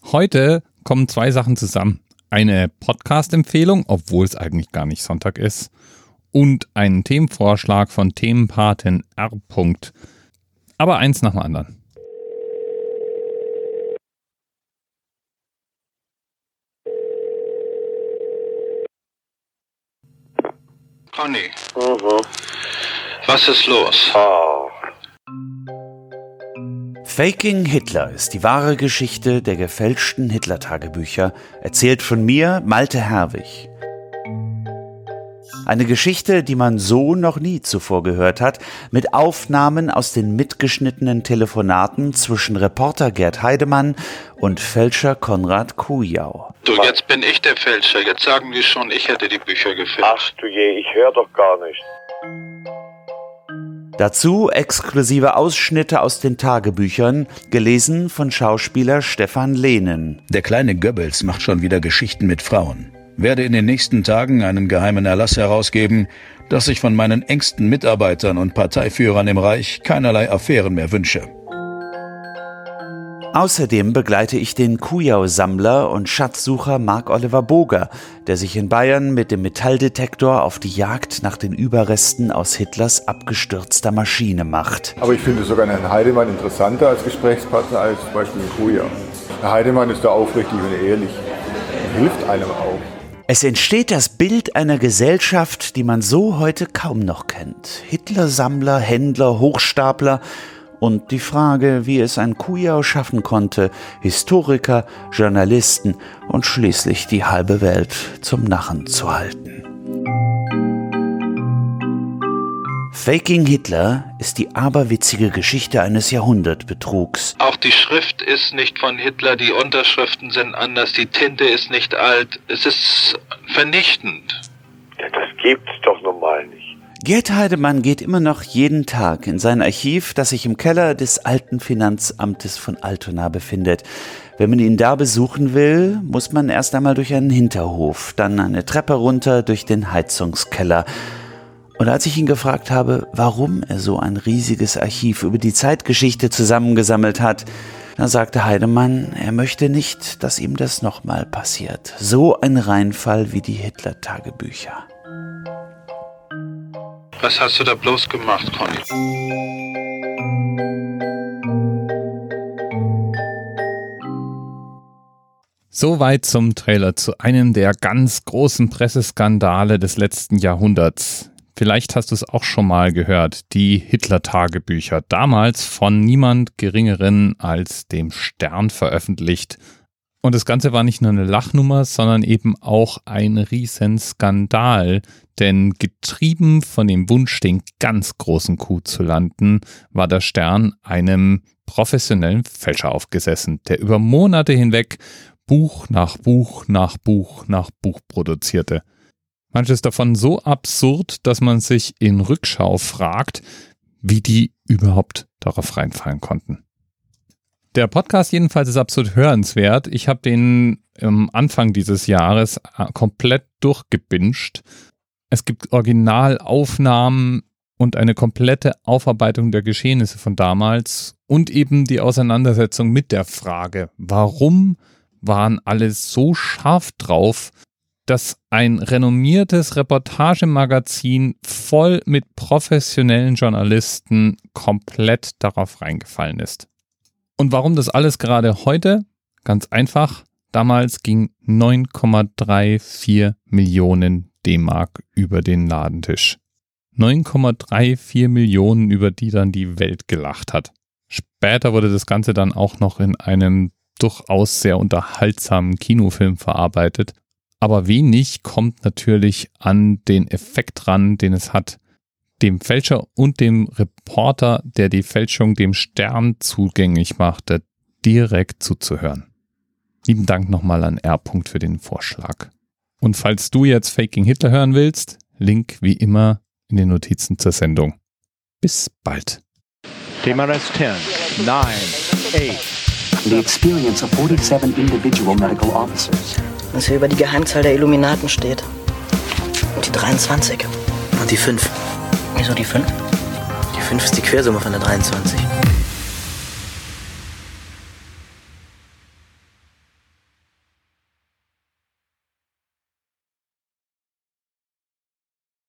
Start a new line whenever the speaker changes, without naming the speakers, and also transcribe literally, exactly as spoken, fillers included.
Heute kommen zwei Sachen zusammen. Eine Podcast-Empfehlung, obwohl es eigentlich gar nicht Sonntag ist, und einen Themenvorschlag von Themenpatin R. Aber eins nach dem anderen.
Conny,
Mhm.
was ist los?
Oh.
Faking Hitler ist die wahre Geschichte der gefälschten Hitler-Tagebücher, erzählt von mir, Malte Herwig. Eine Geschichte, die man so noch nie zuvor gehört hat, mit Aufnahmen aus den mitgeschnittenen Telefonaten zwischen Reporter Gerd Heidemann und Fälscher Konrad Kujau.
Du, jetzt bin ich der Fälscher. Jetzt sagen die schon, ich hätte die Bücher gefälscht.
Ach du je, ich höre doch gar nicht.
Dazu exklusive Ausschnitte aus den Tagebüchern, gelesen von Schauspieler Stefan Lehnen.
Der kleine Goebbels macht schon wieder Geschichten mit Frauen. Werde in den nächsten Tagen einen geheimen Erlass herausgeben, dass ich von meinen engsten Mitarbeitern und Parteiführern im Reich keinerlei Affären mehr wünsche.
Außerdem begleite ich den Kujau-Sammler und Schatzsucher Marc-Oliver Boger, der sich in Bayern mit dem Metalldetektor auf die Jagd nach den Überresten aus Hitlers abgestürzter Maschine macht.
Aber ich finde sogar Herrn Heidemann interessanter als Gesprächspartner als zum Beispiel Kujau. Herr Heidemann ist da aufrichtig und ehrlich und hilft einem auch.
Es entsteht das Bild einer Gesellschaft, die man so heute kaum noch kennt. Hitler-Sammler, Händler, Hochstapler und die Frage, wie es ein Kujau schaffen konnte, Historiker, Journalisten und schließlich die halbe Welt zum Narren zu halten. Faking Hitler ist die aberwitzige Geschichte eines Jahrhundertbetrugs.
Auch die Schrift ist nicht von Hitler, die Unterschriften sind anders, die Tinte ist nicht alt. Es ist vernichtend.
Ja, das gibt's doch normal nicht.
Gerd Heidemann geht immer noch jeden Tag in sein Archiv, das sich im Keller des alten Finanzamtes von Altona befindet. Wenn man ihn da besuchen will, muss man erst einmal durch einen Hinterhof, dann eine Treppe runter durch den Heizungskeller. Und als ich ihn gefragt habe, warum er so ein riesiges Archiv über die Zeitgeschichte zusammengesammelt hat, da sagte Heidemann, er möchte nicht, dass ihm das nochmal passiert. So ein Reinfall wie die Hitler-Tagebücher.
Was hast du da bloß gemacht, Conny?
Soweit zum Trailer zu einem der ganz großen Presseskandale des letzten Jahrhunderts. Vielleicht hast du es auch schon mal gehört, die Hitler-Tagebücher, damals von niemand Geringeren als dem Stern veröffentlicht. Und das Ganze war nicht nur eine Lachnummer, sondern eben auch ein Riesenskandal, denn getrieben von dem Wunsch, den ganz großen Coup zu landen, war der Stern einem professionellen Fälscher aufgesessen, der über Monate hinweg Buch nach Buch nach Buch nach Buch produzierte. Manches davon so absurd, dass man sich in Rückschau fragt, wie die überhaupt darauf reinfallen konnten. Der Podcast jedenfalls ist absolut hörenswert. Ich habe den am Anfang dieses Jahres komplett durchgebinged. Es gibt Originalaufnahmen und eine komplette Aufarbeitung der Geschehnisse von damals und eben die Auseinandersetzung mit der Frage, warum waren alle so scharf drauf, dass ein renommiertes Reportagemagazin voll mit professionellen Journalisten komplett darauf reingefallen ist. Und warum das alles gerade heute? Ganz einfach, damals ging neun Komma vierunddreißig Millionen D-Mark über den Ladentisch. neun Komma vierunddreißig Millionen, über die dann die Welt gelacht hat. Später wurde das Ganze dann auch noch in einem durchaus sehr unterhaltsamen Kinofilm verarbeitet. Aber wenig kommt natürlich an den Effekt ran, den es hat, dem Fälscher und dem Reporter, der die Fälschung dem Stern zugänglich machte, direkt zuzuhören. Lieben Dank nochmal an R. für den Vorschlag. Und falls du jetzt Faking Hitler hören willst, Link wie immer in den Notizen zur Sendung. Bis bald.
T minus ten, nine, eight.
The experience of forty-seven individual medical officers.
Was hier über die Geheimzahl der Illuminaten steht. Und die dreiundzwanzig. Und die fünf. Wieso die fünf? Die fünf ist die Quersumme von der dreiundzwanzig.